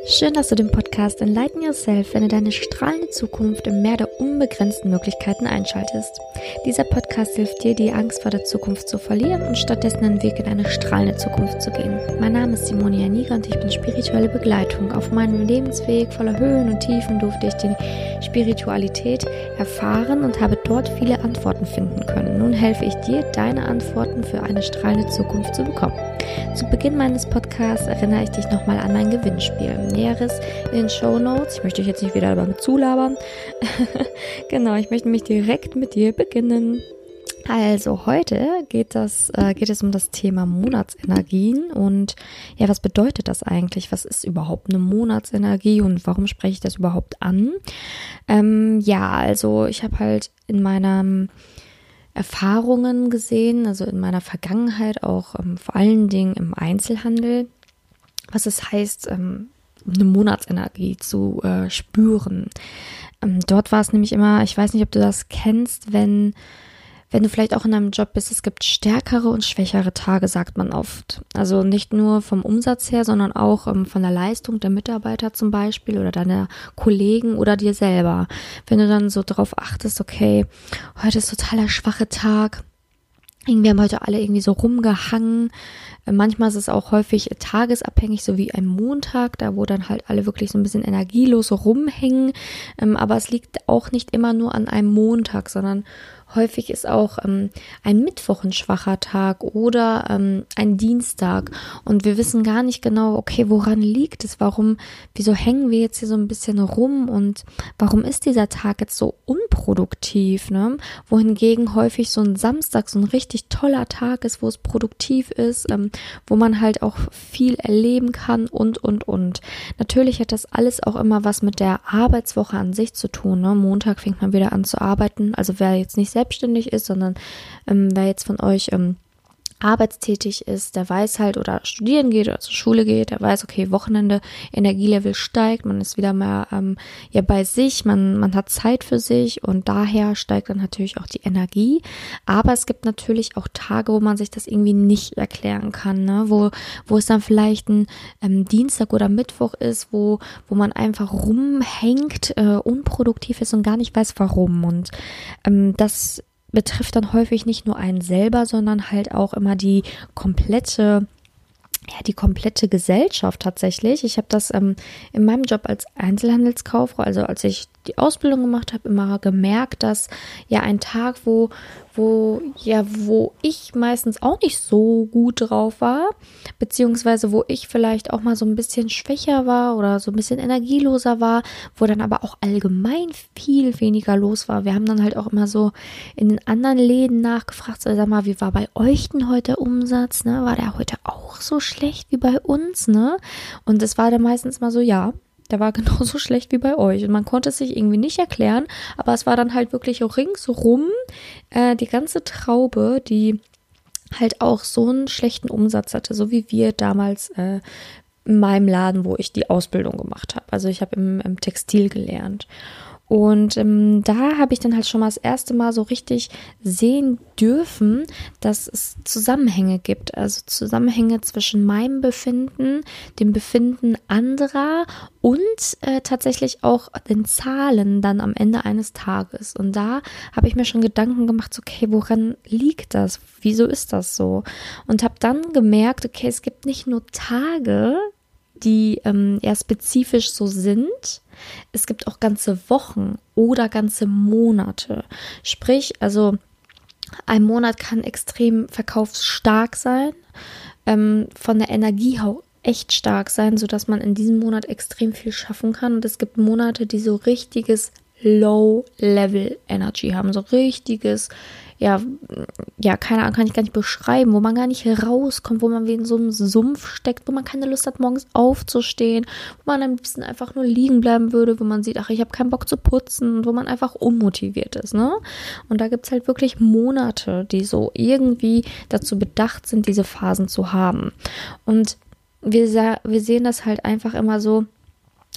Schön, dass du den Podcast Enlighten Yourself, wenn du deine strahlende Zukunft im Meer der unbegrenzten Möglichkeiten einschaltest. Dieser Podcast hilft dir, die Angst vor der Zukunft zu verlieren und stattdessen einen Weg in eine strahlende Zukunft zu gehen. Mein Name ist Simone Janiga und ich bin spirituelle Begleitung. Auf meinem Lebensweg voller Höhen und Tiefen durfte ich die Spiritualität erfahren und habe dort viele Antworten finden können. Nun helfe ich dir, deine Antworten für eine strahlende Zukunft zu bekommen. Zu Beginn meines Podcasts erinnere ich dich nochmal an mein Gewinnspiel. Näheres in den Shownotes. Ich möchte dich jetzt nicht wieder damit zulabern. Genau, ich möchte mich direkt mit dir beginnen. Also heute geht es um das Thema Monatsenergien und ja, was bedeutet das eigentlich? Was ist überhaupt eine Monatsenergie und warum spreche ich das überhaupt an? Also ich habe halt in meinen Erfahrungen gesehen, also in meiner Vergangenheit auch vor allen Dingen im Einzelhandel, was es heißt, eine Monatsenergie zu spüren. Dort war es nämlich immer, ich weiß nicht, ob du das kennst, wenn du vielleicht auch in einem Job bist, es gibt stärkere und schwächere Tage, sagt man oft. Also nicht nur vom Umsatz her, sondern auch von der Leistung der Mitarbeiter zum Beispiel oder deiner Kollegen oder dir selber. Wenn du dann so drauf achtest, okay, heute ist total der schwache Tag, irgendwie haben heute alle irgendwie so rumgehangen. Manchmal ist es auch häufig tagesabhängig, so wie ein Montag, da wo dann halt alle wirklich so ein bisschen energielos rumhängen. Aber es liegt auch nicht immer nur an einem Montag, sondern häufig ist auch ein Mittwoch ein schwacher Tag oder ein Dienstag. Und wir wissen gar nicht genau, okay, woran liegt es? Wieso hängen wir jetzt hier so ein bisschen rum? Und warum ist dieser Tag jetzt so unproduktiv? Ne? Wohingegen häufig so ein Samstag so ein richtig toller Tag ist, wo es produktiv ist, wo man halt auch viel erleben kann und. Natürlich hat das alles auch immer was mit der Arbeitswoche an sich zu tun. Ne? Montag fängt man wieder an zu arbeiten. Also wer jetzt nicht selbstständig ist, sondern wer jetzt von euch arbeitstätig ist, der weiß halt oder studieren geht oder zur Schule geht, der weiß, okay, Wochenende, Energielevel steigt, man ist wieder mehr bei sich, man hat Zeit für sich und daher steigt dann natürlich auch die Energie, aber es gibt natürlich auch Tage, wo man sich das irgendwie nicht erklären kann, ne? Wo es dann vielleicht ein Dienstag oder Mittwoch ist, wo man einfach rumhängt, unproduktiv ist und gar nicht weiß, warum und das betrifft dann häufig nicht nur einen selber, sondern halt auch immer die komplette Gesellschaft tatsächlich. Ich habe das in meinem Job als Einzelhandelskauffrau, also als ich die Ausbildung gemacht habe, immer gemerkt, dass ja ein Tag, wo ich meistens auch nicht so gut drauf war, beziehungsweise wo ich vielleicht auch mal so ein bisschen schwächer war oder so ein bisschen energieloser war, wo dann aber auch allgemein viel weniger los war. Wir haben dann halt auch immer so in den anderen Läden nachgefragt, so, sag mal, wie war bei euch denn heute der Umsatz, ne? War der heute auch so schlecht wie bei uns, ne? Und es war dann meistens mal so, ja, der war genauso schlecht wie bei euch. Und man konnte es sich irgendwie nicht erklären, aber es war dann halt wirklich auch ringsrum die ganze Traube, die halt auch so einen schlechten Umsatz hatte, so wie wir damals in meinem Laden, wo ich die Ausbildung gemacht habe. Also ich habe im Textil gelernt. Und da habe ich dann halt schon mal das erste Mal so richtig sehen dürfen, dass es Zusammenhänge gibt. Also Zusammenhänge zwischen meinem Befinden, dem Befinden anderer und tatsächlich auch den Zahlen dann am Ende eines Tages. Und da habe ich mir schon Gedanken gemacht, okay, woran liegt das? Wieso ist das so? Und habe dann gemerkt, okay, es gibt nicht nur Tage, die eher spezifisch so sind. Es gibt auch ganze Wochen oder ganze Monate. Sprich, also ein Monat kann extrem verkaufsstark sein, von der Energie echt stark sein, sodass man in diesem Monat extrem viel schaffen kann. Und es gibt Monate, die so richtiges Low-Level-Energy haben, so richtiges, keine Ahnung, kann ich gar nicht beschreiben, wo man gar nicht rauskommt, wo man wie in so einem Sumpf steckt, wo man keine Lust hat, morgens aufzustehen, wo man am liebsten einfach nur liegen bleiben würde, wo man sieht, ach, ich habe keinen Bock zu putzen und wo man einfach unmotiviert ist, ne? Und da gibt's halt wirklich Monate, die so irgendwie dazu bedacht sind, diese Phasen zu haben. Und wir sehen das halt einfach immer so,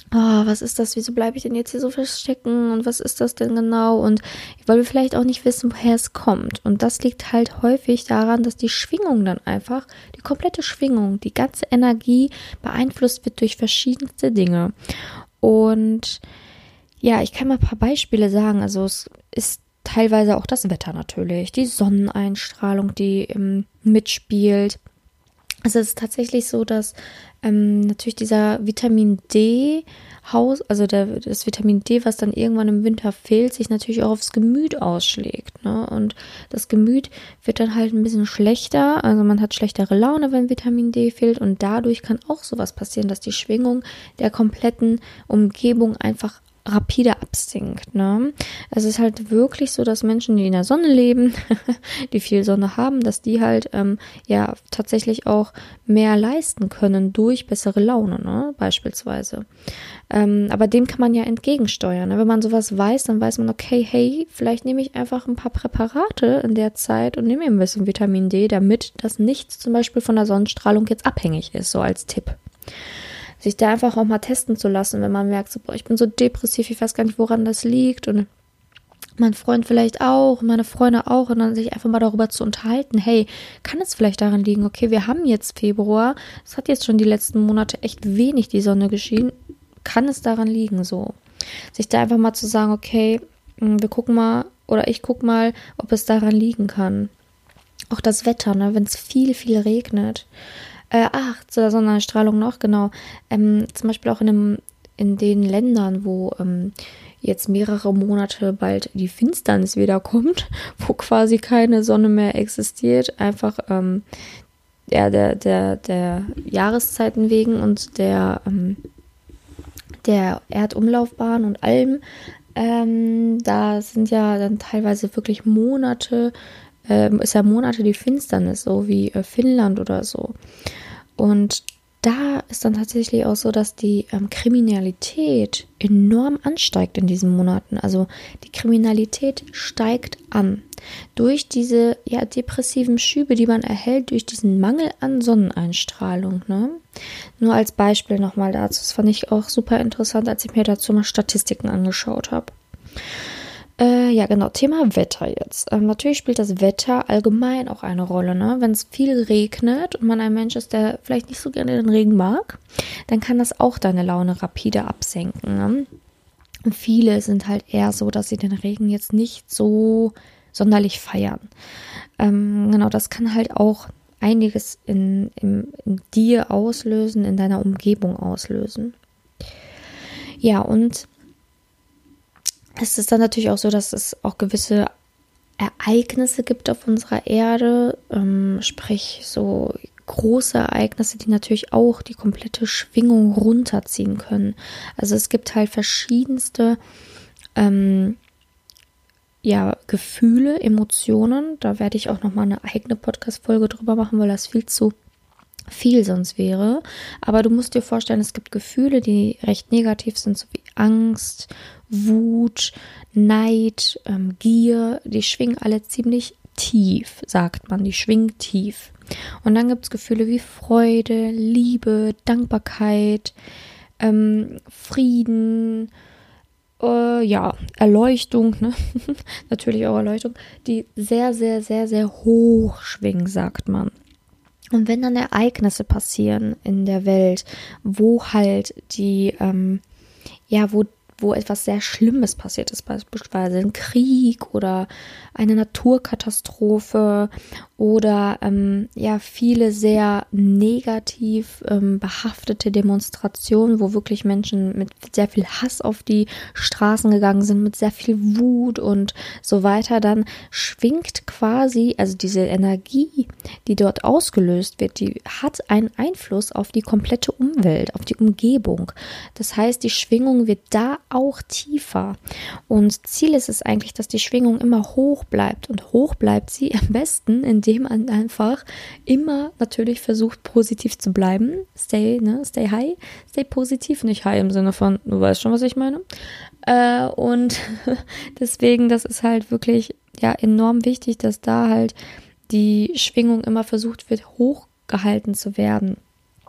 was ist das, wieso bleibe ich denn jetzt hier so verstecken und was ist das denn genau, und weil wir vielleicht auch nicht wissen, woher es kommt, und das liegt halt häufig daran, dass die Schwingung dann einfach, die komplette Schwingung, die ganze Energie beeinflusst wird durch verschiedenste Dinge. Und ja, ich kann mal ein paar Beispiele sagen. Also es ist teilweise auch das Wetter natürlich, die Sonneneinstrahlung, die mitspielt. Also es ist tatsächlich so, dass natürlich dieser Vitamin D also das Vitamin D, was dann irgendwann im Winter fehlt, sich natürlich auch aufs Gemüt ausschlägt, ne? Und das Gemüt wird dann halt ein bisschen schlechter, also man hat schlechtere Laune, wenn Vitamin D fehlt, und dadurch kann auch sowas passieren, dass die Schwingung der kompletten Umgebung einfach rapide absinkt, ne? Es ist halt wirklich so, dass Menschen, die in der Sonne leben, die viel Sonne haben, dass die halt ja tatsächlich auch mehr leisten können durch bessere Laune, ne? Beispielsweise. Aber dem kann man ja entgegensteuern, ne? Wenn man sowas weiß, dann weiß man, okay, hey, vielleicht nehme ich einfach ein paar Präparate in der Zeit und nehme ein bisschen Vitamin D, damit das nicht zum Beispiel von der Sonnenstrahlung jetzt abhängig ist, so als Tipp. Sich da einfach auch mal testen zu lassen, wenn man merkt, so, boah, ich bin so depressiv, ich weiß gar nicht, woran das liegt, und mein Freund vielleicht auch, meine Freunde auch, und dann sich einfach mal darüber zu unterhalten, hey, kann es vielleicht daran liegen, okay, wir haben jetzt Februar, es hat jetzt schon die letzten Monate echt wenig die Sonne geschienen, kann es daran liegen, so. Sich da einfach mal zu sagen, okay, wir gucken mal, oder ich guck mal, ob es daran liegen kann. Auch das Wetter, ne, wenn es viel, viel regnet. Zur Sonnenstrahlung noch, genau. Zum Beispiel auch in den Ländern, wo jetzt mehrere Monate bald die Finsternis wieder kommt, wo quasi keine Sonne mehr existiert, einfach der Jahreszeiten wegen und der Erdumlaufbahn und allem. Da sind ja dann teilweise wirklich Monate die Finsternis, so wie Finnland oder so. Und da ist dann tatsächlich auch so, dass die Kriminalität enorm ansteigt in diesen Monaten. Also die Kriminalität steigt an durch diese depressiven Schübe, die man erhält durch diesen Mangel an Sonneneinstrahlung, ne? Nur als Beispiel nochmal dazu. Das fand ich auch super interessant, als ich mir dazu mal Statistiken angeschaut habe. Ja, genau, Thema Wetter jetzt. Natürlich spielt das Wetter allgemein auch eine Rolle, ne? Wenn es viel regnet und man ein Mensch ist, der vielleicht nicht so gerne den Regen mag, dann kann das auch deine Laune rapide absenken, ne? Und viele sind halt eher so, dass sie den Regen jetzt nicht so sonderlich feiern. Genau, das kann halt auch einiges in dir auslösen, in deiner Umgebung auslösen. Ja, und es ist dann natürlich auch so, dass es auch gewisse Ereignisse gibt auf unserer Erde, sprich so große Ereignisse, die natürlich auch die komplette Schwingung runterziehen können. Also es gibt halt verschiedenste Gefühle, Emotionen. Da werde ich auch nochmal eine eigene Podcast-Folge drüber machen, weil das viel zu viel sonst wäre. Aber du musst dir vorstellen, es gibt Gefühle, die recht negativ sind, so wie Angst, Wut, Neid, Gier. Die schwingen alle ziemlich tief, sagt man. Die schwingen tief. Und dann gibt es Gefühle wie Freude, Liebe, Dankbarkeit, Frieden, Erleuchtung, ne? Natürlich auch Erleuchtung, die sehr, sehr, sehr, sehr hoch schwingen, sagt man. Und wenn dann Ereignisse passieren in der Welt, wo halt wo etwas sehr Schlimmes passiert ist, beispielsweise ein Krieg oder eine Naturkatastrophe oder viele sehr negativ behaftete Demonstrationen, wo wirklich Menschen mit sehr viel Hass auf die Straßen gegangen sind, mit sehr viel Wut und so weiter, dann schwingt quasi, also diese Energie, die dort ausgelöst wird, die hat einen Einfluss auf die komplette Umwelt, auf die Umgebung. Das heißt, die Schwingung wird da auch tiefer. Und Ziel ist es eigentlich, dass die Schwingung immer hoch bleibt. Und hoch bleibt sie am besten, indem man einfach immer natürlich versucht, positiv zu bleiben. Stay high, stay positiv. Nicht high im Sinne von, du weißt schon, was ich meine. Und deswegen, das ist halt wirklich enorm wichtig, dass da halt die Schwingung immer versucht wird, hochgehalten zu werden.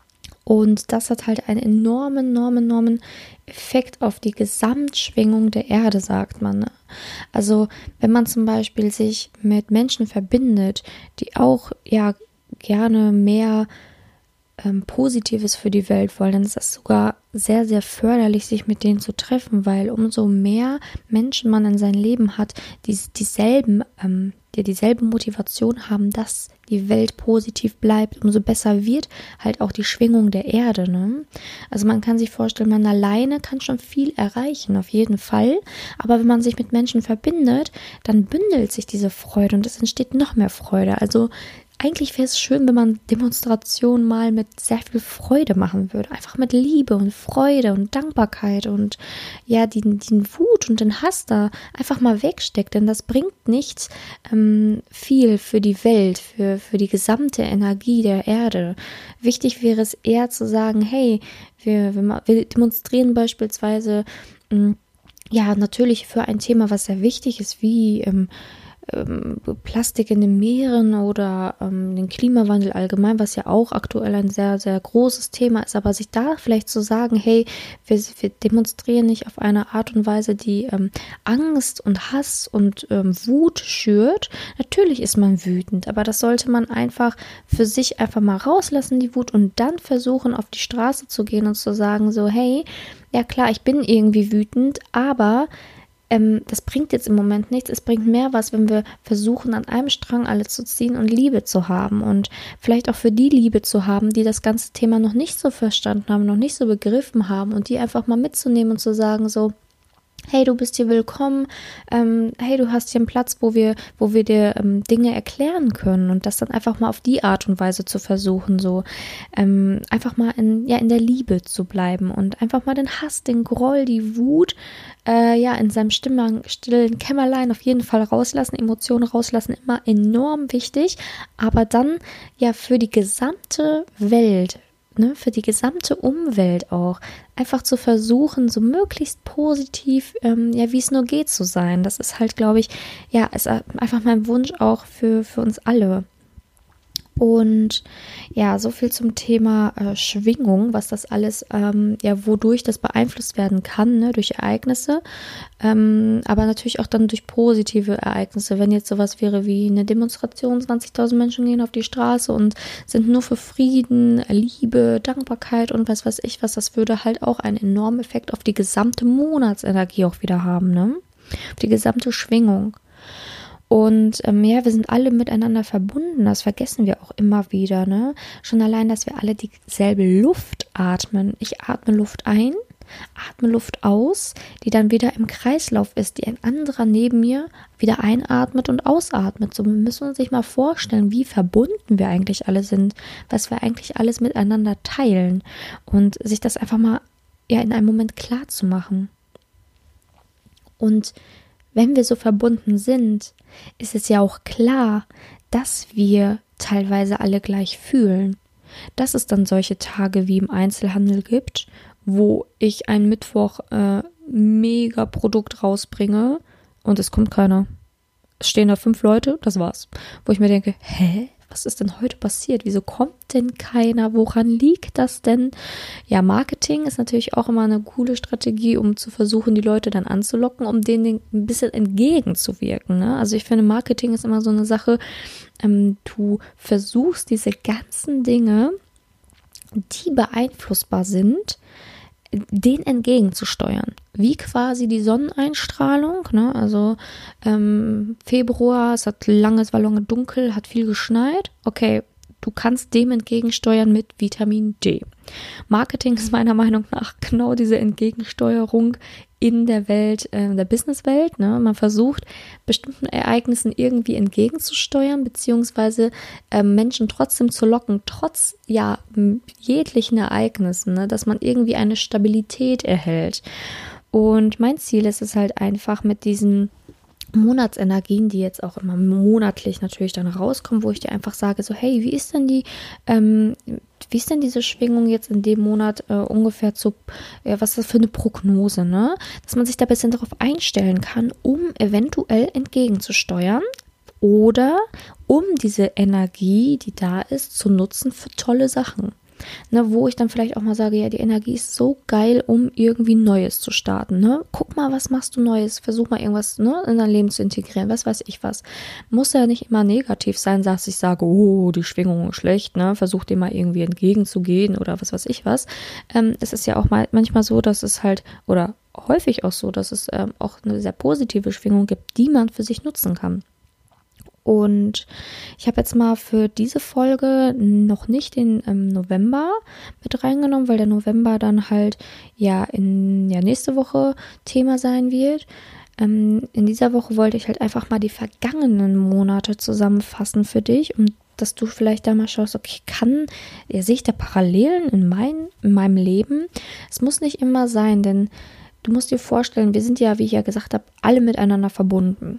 Und das hat halt einen enormen Effekt auf die Gesamtschwingung der Erde, sagt man. Ne? Also wenn man zum Beispiel sich mit Menschen verbindet, die auch ja gerne mehr Positives für die Welt wollen, dann ist das sogar sehr förderlich, sich mit denen zu treffen, weil umso mehr Menschen man in seinem Leben hat, die dieselbe Motivation haben, dass die Welt positiv bleibt, umso besser wird halt auch die Schwingung der Erde. Ne? Also man kann sich vorstellen, man alleine kann schon viel erreichen, auf jeden Fall. Aber wenn man sich mit Menschen verbindet, dann bündelt sich diese Freude und es entsteht noch mehr Freude. Also eigentlich wäre es schön, wenn man Demonstrationen mal mit sehr viel Freude machen würde. Einfach mit Liebe und Freude und Dankbarkeit und ja, den Wut und den Hass da einfach mal wegsteckt. Denn das bringt nicht viel für die Welt, für die gesamte Energie der Erde. Wichtig wäre es eher zu sagen, hey, wir demonstrieren beispielsweise ja natürlich für ein Thema, was sehr wichtig ist, wie Plastik in den Meeren oder den Klimawandel allgemein, was ja auch aktuell ein sehr großes Thema ist, aber sich da vielleicht zu sagen, hey, wir demonstrieren nicht auf eine Art und Weise, die Angst und Hass und Wut schürt. Natürlich ist man wütend, aber das sollte man einfach für sich einfach mal rauslassen, die Wut, und dann versuchen, auf die Straße zu gehen und zu sagen so, hey, ja klar, ich bin irgendwie wütend, aber das bringt jetzt im Moment nichts. Es bringt mehr was, wenn wir versuchen, an einem Strang alle zu ziehen und Liebe zu haben und vielleicht auch für die Liebe zu haben, die das ganze Thema noch nicht so verstanden haben, noch nicht so begriffen haben, und die einfach mal mitzunehmen und zu sagen so, hey, du bist hier willkommen, hey, du hast hier einen Platz, wo wir dir Dinge erklären können, und das dann einfach mal auf die Art und Weise zu versuchen, so einfach mal in der Liebe zu bleiben und einfach mal den Hass, den Groll, die Wut in seinem stillen Kämmerlein auf jeden Fall rauslassen, Emotionen rauslassen, immer enorm wichtig, aber dann ja für die gesamte Welt, ne, für die gesamte Umwelt auch, einfach zu versuchen, so möglichst positiv, wie es nur geht zu sein. Das ist halt, glaube ich, ja, ist einfach mein Wunsch auch für uns alle. Und ja, so viel zum Thema Schwingung, was das alles, wodurch das beeinflusst werden kann, ne, durch Ereignisse, aber natürlich auch dann durch positive Ereignisse. Wenn jetzt sowas wäre wie eine Demonstration, 20.000 Menschen gehen auf die Straße und sind nur für Frieden, Liebe, Dankbarkeit und was weiß ich was, das würde halt auch einen enormen Effekt auf die gesamte Monatsenergie auch wieder haben, ne? Auf die gesamte Schwingung. Und wir sind alle miteinander verbunden, das vergessen wir auch immer wieder, ne? Schon allein, dass wir alle dieselbe Luft atmen. Ich atme Luft ein, atme Luft aus, die dann wieder im Kreislauf ist, die ein anderer neben mir wieder einatmet und ausatmet. So müssen wir uns sich mal vorstellen, wie verbunden wir eigentlich alle sind, was wir eigentlich alles miteinander teilen, und sich das einfach mal in einem Moment klar zu machen. Und wenn wir so verbunden sind, ist es ja auch klar, dass wir teilweise alle gleich fühlen. Dass es dann solche Tage wie im Einzelhandel gibt, wo ich einen Mittwoch mega Produkt rausbringe und es kommt keiner. Es stehen da 5 Leute, das war's. Wo ich mir denke, was ist denn heute passiert? Wieso kommt denn keiner? Woran liegt das denn? Ja, Marketing ist natürlich auch immer eine coole Strategie, um zu versuchen, die Leute dann anzulocken, um denen ein bisschen entgegenzuwirken. Ne? Also ich finde, Marketing ist immer so eine Sache, du versuchst diese ganzen Dinge, die beeinflussbar sind, denen entgegenzusteuern. Wie quasi die Sonneneinstrahlung, ne? Also Februar, es war lange dunkel, hat viel geschneit. Okay, du kannst dem entgegensteuern mit Vitamin D. Marketing ist meiner Meinung nach genau diese Entgegensteuerung in der Welt, der Businesswelt. Ne? Man versucht, bestimmten Ereignissen irgendwie entgegenzusteuern, beziehungsweise Menschen trotzdem zu locken, trotz jeglichen Ereignissen, ne? Dass man irgendwie eine Stabilität erhält. Und mein Ziel ist es halt einfach, mit diesen Monatsenergien, die jetzt auch immer monatlich natürlich dann rauskommen, wo ich dir einfach sage, so hey, wie ist denn diese Schwingung jetzt in dem Monat ungefähr was ist das für eine Prognose, ne? Dass man sich da ein bisschen darauf einstellen kann, um eventuell entgegenzusteuern oder um diese Energie, die da ist, zu nutzen für tolle Sachen. ne, wo ich dann vielleicht auch mal sage, ja, die Energie ist so geil, um irgendwie Neues zu starten, ne? Guck mal, was machst du Neues? Versuch mal irgendwas, ne, in dein Leben zu integrieren, was weiß ich was. Muss ja nicht immer negativ sein, dass ich sage, oh, die Schwingung ist schlecht, ne? Versuch dem mal irgendwie entgegenzugehen oder was weiß ich was. Es ist ja auch manchmal so, dass es halt, oder häufig auch so, dass es auch eine sehr positive Schwingung gibt, die man für sich nutzen kann. Und ich habe jetzt mal für diese Folge noch nicht den November mit reingenommen, weil der November dann halt nächste Woche Thema sein wird. In dieser Woche wollte ich halt einfach mal die vergangenen Monate zusammenfassen für dich, und dass du vielleicht da mal schaust, okay, sehe ich da Parallelen in meinem Leben? Es muss nicht immer sein, denn du musst dir vorstellen, wir sind ja, wie ich ja gesagt habe, alle miteinander verbunden.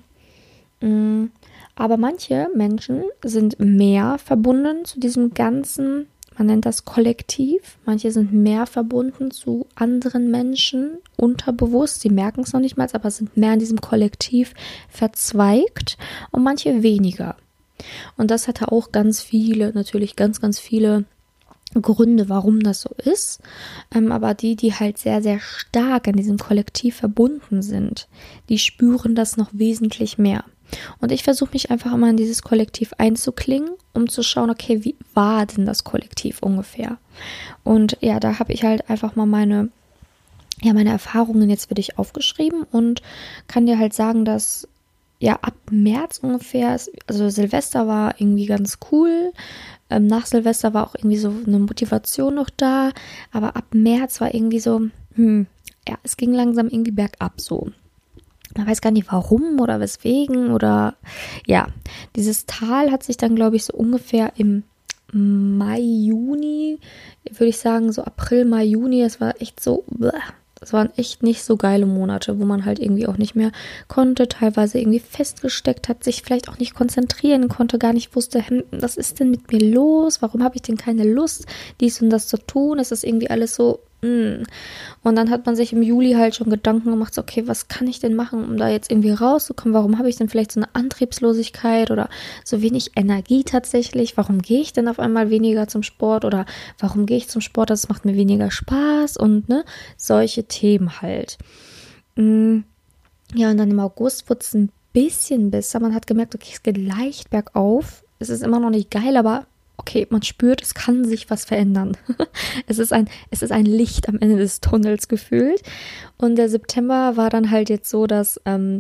Aber manche Menschen sind mehr verbunden zu diesem ganzen, man nennt das Kollektiv. Manche sind mehr verbunden zu anderen Menschen, unterbewusst. Sie merken es noch nicht mal, aber sind mehr in diesem Kollektiv verzweigt, und manche weniger. Und das hatte auch natürlich ganz, ganz viele Gründe, warum das so ist. Aber die halt sehr, sehr stark an diesem Kollektiv verbunden sind, die spüren das noch wesentlich mehr. Und ich versuche mich einfach immer in dieses Kollektiv einzuklingen, um zu schauen, okay, wie war denn das Kollektiv ungefähr? Und ja, da habe ich halt einfach mal meine Erfahrungen jetzt für dich aufgeschrieben und kann dir halt sagen, dass ja ab März ungefähr, also Silvester war irgendwie ganz cool. Nach Silvester war auch irgendwie so eine Motivation noch da, aber ab März war irgendwie so, es ging langsam irgendwie bergab so. Man weiß gar nicht warum oder weswegen oder ja, dieses Tal hat sich dann, glaube ich, so ungefähr im Mai, Juni, würde ich sagen, so April, Mai, Juni, es war echt so, es waren echt nicht so geile Monate, wo man halt irgendwie auch nicht mehr konnte, teilweise irgendwie festgesteckt hat, sich vielleicht auch nicht konzentrieren konnte, gar nicht wusste, was ist denn mit mir los? Warum habe ich denn keine Lust, dies und das zu tun? Es ist irgendwie alles so, Und dann hat man sich im Juli halt schon Gedanken gemacht, so, okay, was kann ich denn machen, um da jetzt irgendwie rauszukommen? Warum habe ich denn vielleicht so eine Antriebslosigkeit oder so wenig Energie tatsächlich? Warum gehe ich denn auf einmal weniger zum Sport oder warum gehe ich zum Sport? Das macht mir weniger Spaß und solche Themen halt. Ja, und dann im August wurde es ein bisschen besser. Man hat gemerkt, okay, es geht leicht bergauf. Es ist immer noch nicht geil, aber okay, man spürt, es kann sich was verändern. Es ist ein Licht am Ende des Tunnels gefühlt. Und der September war dann halt jetzt so, dass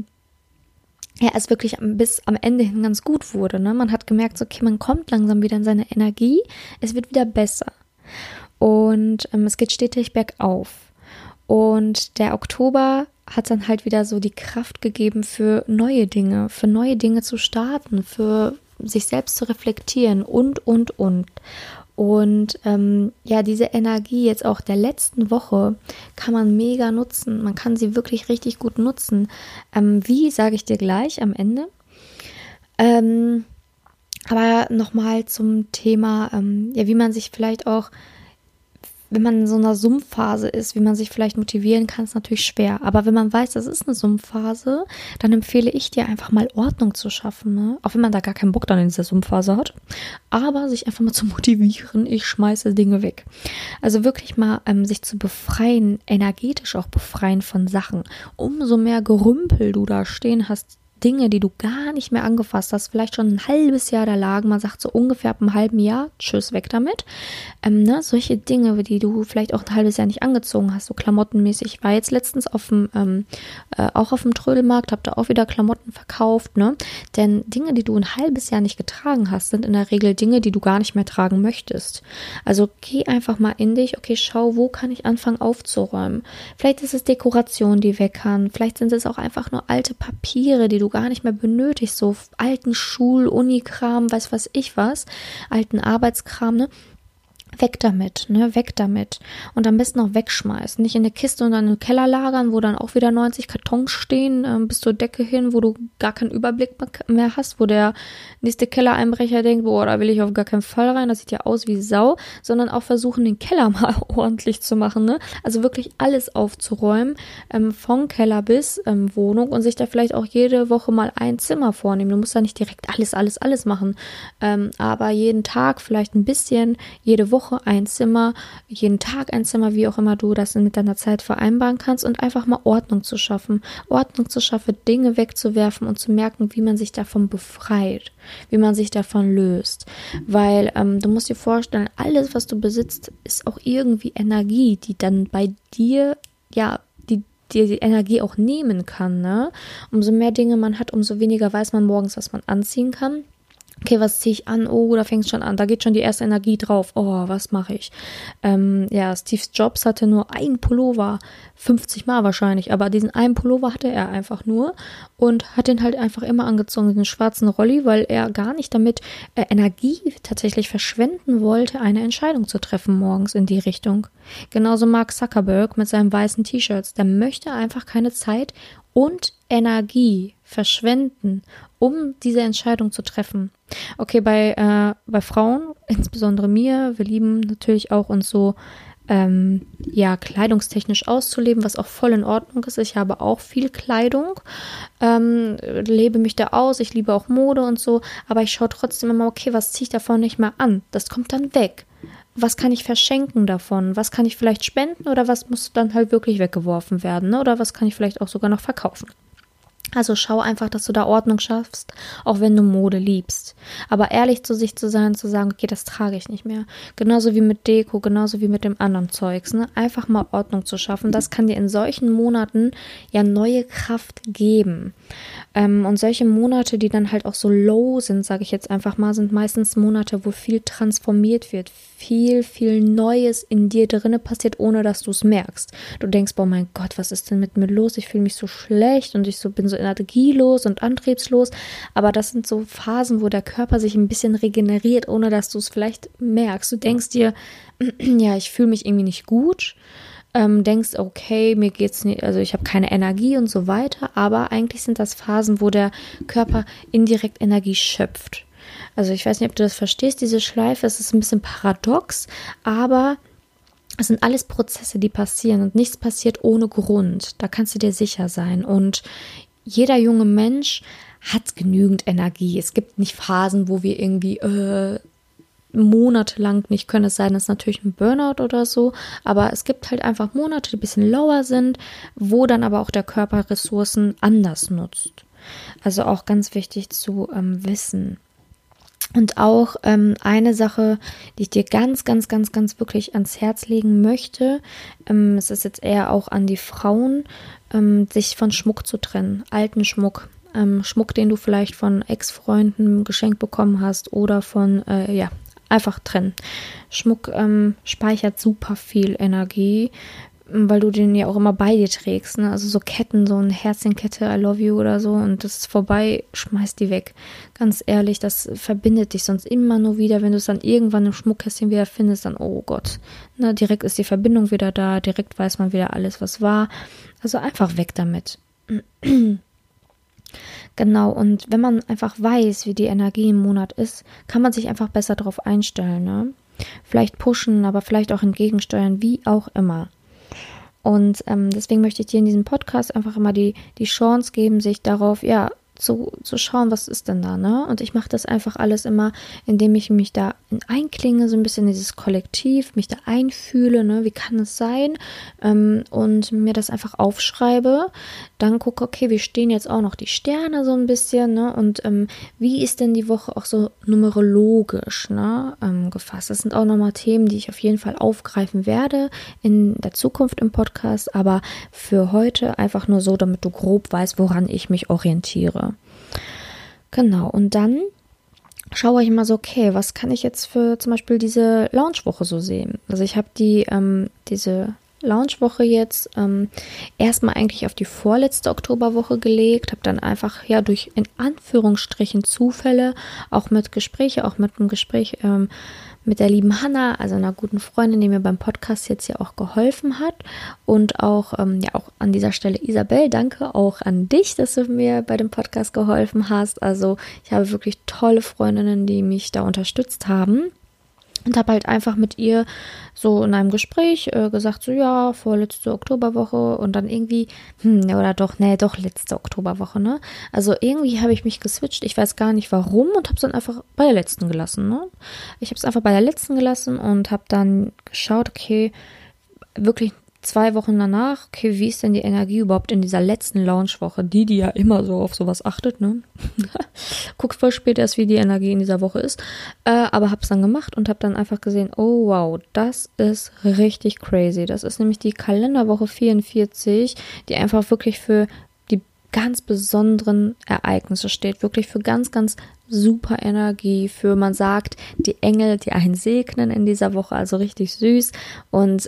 es wirklich bis am Ende hin ganz gut wurde. Ne? Man hat gemerkt, so, okay, man kommt langsam wieder in seine Energie. Es wird wieder besser. Und es geht stetig bergauf. Und der Oktober hat dann halt wieder so die Kraft gegeben für neue Dinge zu starten, für sich selbst zu reflektieren und. Und diese Energie jetzt auch der letzten Woche kann man mega nutzen. Man kann sie wirklich richtig gut nutzen. Wie, sage ich dir gleich am Ende. Aber nochmal zum Thema, wie man sich vielleicht auch, wenn man in so einer Sumpfphase ist, wie man sich vielleicht motivieren kann, ist natürlich schwer. Aber wenn man weiß, das ist eine Sumpfphase, dann empfehle ich dir einfach mal Ordnung zu schaffen. Ne? Auch wenn man da gar keinen Bock dann in dieser Sumpfphase hat. Aber sich einfach mal zu motivieren, ich schmeiße Dinge weg. Also wirklich mal sich zu befreien, energetisch auch befreien von Sachen. Umso mehr Gerümpel du da stehen hast, Dinge, die du gar nicht mehr angefasst hast, vielleicht schon ein halbes Jahr da lagen, man sagt so ungefähr ab einem halben Jahr, tschüss, weg damit. Solche Dinge, die du vielleicht auch ein halbes Jahr nicht angezogen hast, so klamottenmäßig. Ich war jetzt letztens auch auf dem Trödelmarkt, habe da auch wieder Klamotten verkauft, ne? Denn Dinge, die du ein halbes Jahr nicht getragen hast, sind in der Regel Dinge, die du gar nicht mehr tragen möchtest. Also geh einfach mal in dich, okay, schau, wo kann ich anfangen aufzuräumen? Vielleicht ist es Dekoration, die weg kann, vielleicht sind es auch einfach nur alte Papiere, die du gar nicht mehr benötigst, so alten Schul-Uni-Kram, was ich was, alten Arbeitskram, ne? Weg damit, weg damit. Und am besten auch wegschmeißen. Nicht in eine Kiste und dann im Keller lagern, wo dann auch wieder 90 Kartons stehen, bis zur Decke hin, wo du gar keinen Überblick mehr hast, wo der nächste Kellereinbrecher denkt, boah, da will ich auf gar keinen Fall rein, das sieht ja aus wie Sau, sondern auch versuchen, den Keller mal ordentlich zu machen, ne? Also wirklich alles aufzuräumen, vom Keller bis Wohnung und sich da vielleicht auch jede Woche mal ein Zimmer vornehmen. Du musst da nicht direkt alles machen, aber jeden Tag vielleicht ein bisschen, jede Woche Woche ein Zimmer, jeden Tag ein Zimmer, wie auch immer du das mit deiner Zeit vereinbaren kannst und einfach mal Ordnung zu schaffen. Ordnung zu schaffen, Dinge wegzuwerfen und zu merken, wie man sich davon befreit, wie man sich davon löst. Weil du musst dir vorstellen, alles, was du besitzt, ist auch irgendwie Energie, die dann bei dir, ja, die Energie auch nehmen kann, ne? Umso mehr Dinge man hat, umso weniger weiß man morgens, was man anziehen kann. Okay, was ziehe ich an? Oh, da fängt es schon an. Da geht schon die erste Energie drauf. Oh, was mache ich? Steve Jobs hatte nur einen Pullover, 50 Mal wahrscheinlich, aber diesen einen Pullover hatte er einfach nur und hat den halt einfach immer angezogen, den schwarzen Rolli, weil er gar nicht damit Energie tatsächlich verschwenden wollte, eine Entscheidung zu treffen morgens in die Richtung. Genauso Mark Zuckerberg mit seinen weißen T-Shirts. Der möchte einfach keine Zeit und Energie verschwenden, um diese Entscheidung zu treffen. Okay, bei Frauen, insbesondere mir, wir lieben natürlich auch uns so kleidungstechnisch auszuleben, was auch voll in Ordnung ist. Ich habe auch viel Kleidung, lebe mich da aus, ich liebe auch Mode und so, aber ich schaue trotzdem immer, okay, was ziehe ich davon nicht mehr an? Das kommt dann weg. Was kann ich verschenken davon? Was kann ich vielleicht spenden oder was muss dann halt wirklich weggeworfen werden? Ne? Oder was kann ich vielleicht auch sogar noch verkaufen? Also schau einfach, dass du da Ordnung schaffst, auch wenn du Mode liebst. Aber ehrlich zu sich zu sein, zu sagen, okay, das trage ich nicht mehr. Genauso wie mit Deko, genauso wie mit dem anderen Zeugs. Ne? Einfach mal Ordnung zu schaffen. Das kann dir in solchen Monaten ja neue Kraft geben. Und solche Monate, die dann halt auch so low sind, sage ich jetzt einfach mal, sind meistens Monate, wo viel transformiert wird. Viel, viel Neues in dir drinne passiert, ohne dass du es merkst. Du denkst, boah, mein Gott, was ist denn mit mir los? Ich fühle mich so schlecht und bin so energielos und antriebslos. Aber das sind so Phasen, wo der Körper sich ein bisschen regeneriert, ohne dass du es vielleicht merkst. Du denkst dir, ja, ich fühle mich irgendwie nicht gut. Denkst, okay, mir geht's nicht, also ich habe keine Energie und so weiter. Aber eigentlich sind das Phasen, wo der Körper indirekt Energie schöpft. Also ich weiß nicht, ob du das verstehst, diese Schleife, es ist ein bisschen paradox, aber es sind alles Prozesse, die passieren und nichts passiert ohne Grund. Da kannst du dir sicher sein. Und jeder junge Mensch hat genügend Energie. Es gibt nicht Phasen, wo wir irgendwie monatelang nicht können. Es sei denn, es ist natürlich ein Burnout oder so. Aber es gibt halt einfach Monate, die ein bisschen lower sind, wo dann aber auch der Körper Ressourcen anders nutzt. Also auch ganz wichtig zu wissen. Und auch eine Sache, die ich dir ganz, ganz, ganz, ganz wirklich ans Herz legen möchte, es ist jetzt eher auch an die Frauen, sich von Schmuck zu trennen, alten Schmuck. Schmuck, den du vielleicht von Ex-Freunden geschenkt bekommen hast oder von, einfach trennen. Schmuck speichert super viel Energie, weil du den ja auch immer bei dir trägst, ne? Also so Ketten, so eine Herzchenkette, I love you oder so und das ist vorbei, schmeiß die weg. Ganz ehrlich, das verbindet dich sonst immer nur wieder, wenn du es dann irgendwann im Schmuckkästchen wieder findest, dann oh Gott, ne? Direkt ist die Verbindung wieder da, direkt weiß man wieder alles, was war. Also einfach weg damit. Genau, und wenn man einfach weiß, wie die Energie im Monat ist, kann man sich einfach besser darauf einstellen, ne? Vielleicht pushen, aber vielleicht auch entgegensteuern, wie auch immer. Und deswegen möchte ich dir in diesem Podcast einfach immer die Chance geben, sich darauf, zu schauen, was ist denn da, ne? Und ich mache das einfach alles immer, indem ich mich da einklinge, so ein bisschen in dieses Kollektiv, mich da einfühle, ne? Wie kann es sein? Und mir das einfach aufschreibe. Dann gucke, okay, wie stehen jetzt auch noch die Sterne so ein bisschen, ne? Und wie ist denn die Woche auch so numerologisch, ne? Gefasst. Das sind auch nochmal Themen, die ich auf jeden Fall aufgreifen werde in der Zukunft im Podcast, aber für heute einfach nur so, damit du grob weißt, woran ich mich orientiere. Genau, und dann schaue ich mal so, okay, was kann ich jetzt für zum Beispiel diese Launchwoche so sehen? Also ich habe diese Launchwoche jetzt erstmal eigentlich auf die vorletzte Oktoberwoche gelegt, habe dann einfach durch in Anführungsstrichen Zufälle auch mit einem Gespräch mit der lieben Hanna, also einer guten Freundin, die mir beim Podcast jetzt ja auch geholfen hat und auch auch an dieser Stelle Isabel, danke auch an dich, dass du mir bei dem Podcast geholfen hast. Also ich habe wirklich tolle Freundinnen, die mich da unterstützt haben. Und habe halt einfach mit ihr so in einem Gespräch gesagt, so ja, vorletzte Oktoberwoche und dann irgendwie, doch letzte Oktoberwoche, ne? Also irgendwie habe ich mich geswitcht, ich weiß gar nicht warum und habe es dann einfach bei der letzten gelassen, ne? Ich habe es einfach bei der letzten gelassen und habe dann geschaut, okay, wirklich 2 Wochen danach, okay, wie ist denn die Energie überhaupt in dieser letzten Launchwoche? Die ja immer so auf sowas achtet, ne? Guck voll spät erst, wie die Energie in dieser Woche ist. Aber hab's dann gemacht und hab dann einfach gesehen, oh wow, das ist richtig crazy. Das ist nämlich die Kalenderwoche 44, die einfach wirklich für die ganz besonderen Ereignisse steht. Wirklich für ganz, ganz super Energie, für, man sagt, die Engel, die einen segnen in dieser Woche, also richtig süß. Und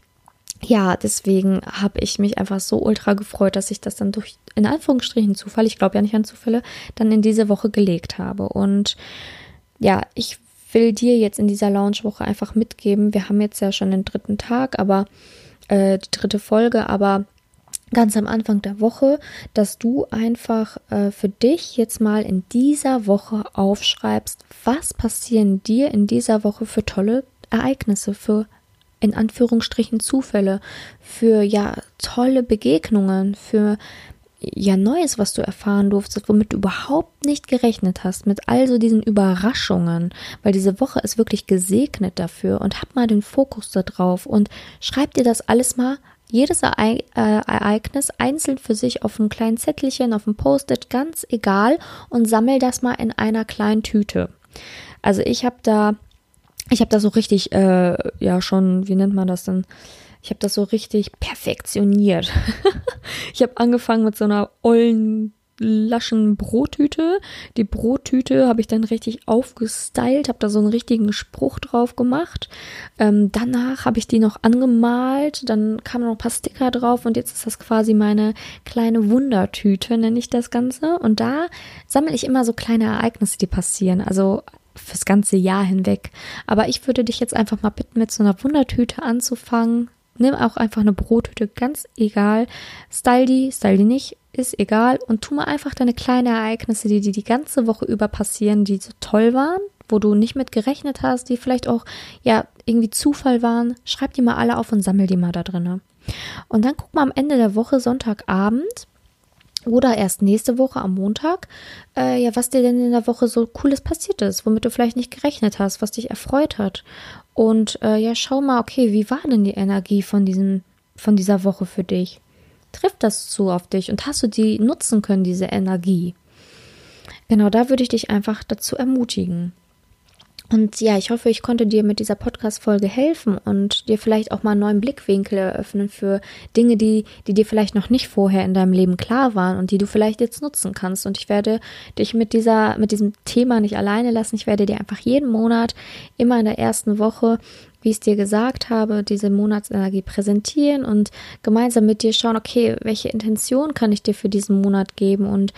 ja, deswegen habe ich mich einfach so ultra gefreut, dass ich das dann durch, in Anführungsstrichen Zufall, ich glaube ja nicht an Zufälle, dann in diese Woche gelegt habe. Und ja, ich will dir jetzt in dieser Launchwoche einfach mitgeben, wir haben jetzt ja schon den 3. Tag, aber die 3. Folge, aber ganz am Anfang der Woche, dass du einfach für dich jetzt mal in dieser Woche aufschreibst, was passieren dir in dieser Woche für tolle Ereignisse, für in Anführungsstrichen Zufälle, für ja tolle Begegnungen, für ja Neues, was du erfahren durftest, womit du überhaupt nicht gerechnet hast, mit all so diesen Überraschungen, weil diese Woche ist wirklich gesegnet dafür und hab mal den Fokus da drauf und schreib dir das alles mal, jedes Ereignis einzeln für sich auf einem kleinen Zettelchen, auf einem Post-it, ganz egal und sammel das mal in einer kleinen Tüte. Also ich habe da so richtig, ja schon, wie nennt man das denn? Ich habe das so richtig perfektioniert. Ich habe angefangen mit so einer ollen, laschen Brottüte. Die Brottüte habe ich dann richtig aufgestylt, habe da so einen richtigen Spruch drauf gemacht. Danach habe ich die noch angemalt, dann kamen noch ein paar Sticker drauf und jetzt ist das quasi meine kleine Wundertüte, nenne ich das Ganze. Und da sammle ich immer so kleine Ereignisse, die passieren. Also fürs ganze Jahr hinweg. Aber ich würde dich jetzt einfach mal bitten, mit so einer Wundertüte anzufangen. Nimm auch einfach eine Brottüte, ganz egal. Style die nicht, ist egal. Und tu mal einfach deine kleinen Ereignisse, die ganze Woche über passieren, die so toll waren, wo du nicht mit gerechnet hast, die vielleicht auch ja irgendwie Zufall waren. Schreib die mal alle auf und sammel die mal da drin. Und dann guck mal am Ende der Woche, Sonntagabend, oder erst nächste Woche am Montag, ja, was dir denn in der Woche so Cooles passiert ist, womit du vielleicht nicht gerechnet hast, was dich erfreut hat. Und ja, schau mal, okay, wie war denn die Energie von dieser Woche für dich? Trifft das zu auf dich und hast du die nutzen können, diese Energie? Genau, da würde ich dich einfach dazu ermutigen. Und ja, ich hoffe, ich konnte dir mit dieser Podcast-Folge helfen und dir vielleicht auch mal einen neuen Blickwinkel eröffnen für Dinge, die dir vielleicht noch nicht vorher in deinem Leben klar waren und die du vielleicht jetzt nutzen kannst. Und ich werde dich mit diesem Thema nicht alleine lassen. Ich werde dir einfach jeden Monat, immer in der ersten Woche, wie ich es dir gesagt habe, diese Monatsenergie präsentieren und gemeinsam mit dir schauen, okay, welche Intention kann ich dir für diesen Monat geben und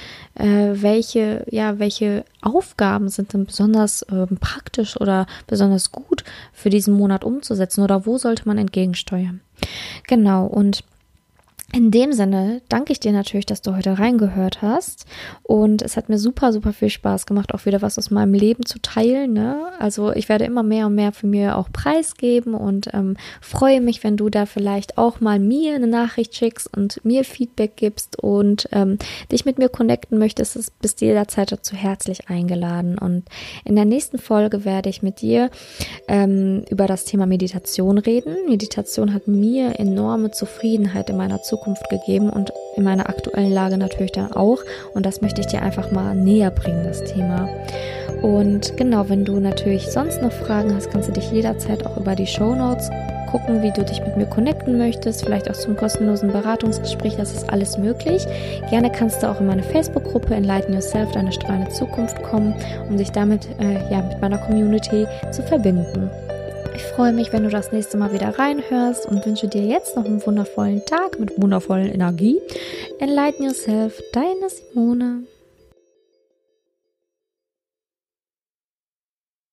welche Aufgaben sind denn besonders praktisch oder besonders gut für diesen Monat umzusetzen oder wo sollte man entgegensteuern. Genau, und in dem Sinne danke ich dir natürlich, dass du heute reingehört hast und es hat mir super, super viel Spaß gemacht, auch wieder was aus meinem Leben zu teilen, ne? Also ich werde immer mehr und mehr von mir auch preisgeben und freue mich, wenn du da vielleicht auch mal mir eine Nachricht schickst und mir Feedback gibst und dich mit mir connecten möchtest, bist du jederzeit dazu herzlich eingeladen. Und in der nächsten Folge werde ich mit dir über das Thema Meditation reden. Meditation hat mir enorme Zufriedenheit in meiner Zukunft gegeben und in meiner aktuellen Lage natürlich dann auch. Und das möchte ich dir einfach mal näher bringen, das Thema. Und genau, wenn du natürlich sonst noch Fragen hast, kannst du dich jederzeit auch über die Shownotes gucken, wie du dich mit mir connecten möchtest, vielleicht auch zum kostenlosen Beratungsgespräch, das ist alles möglich. Gerne kannst du auch in meine Facebook-Gruppe Enlighten Yourself, deine strahlende Zukunft kommen, um dich damit mit meiner Community zu verbinden. Ich freue mich, wenn du das nächste Mal wieder reinhörst und wünsche dir jetzt noch einen wundervollen Tag mit wundervollen Energie. Enlighten Yourself, deine Simone.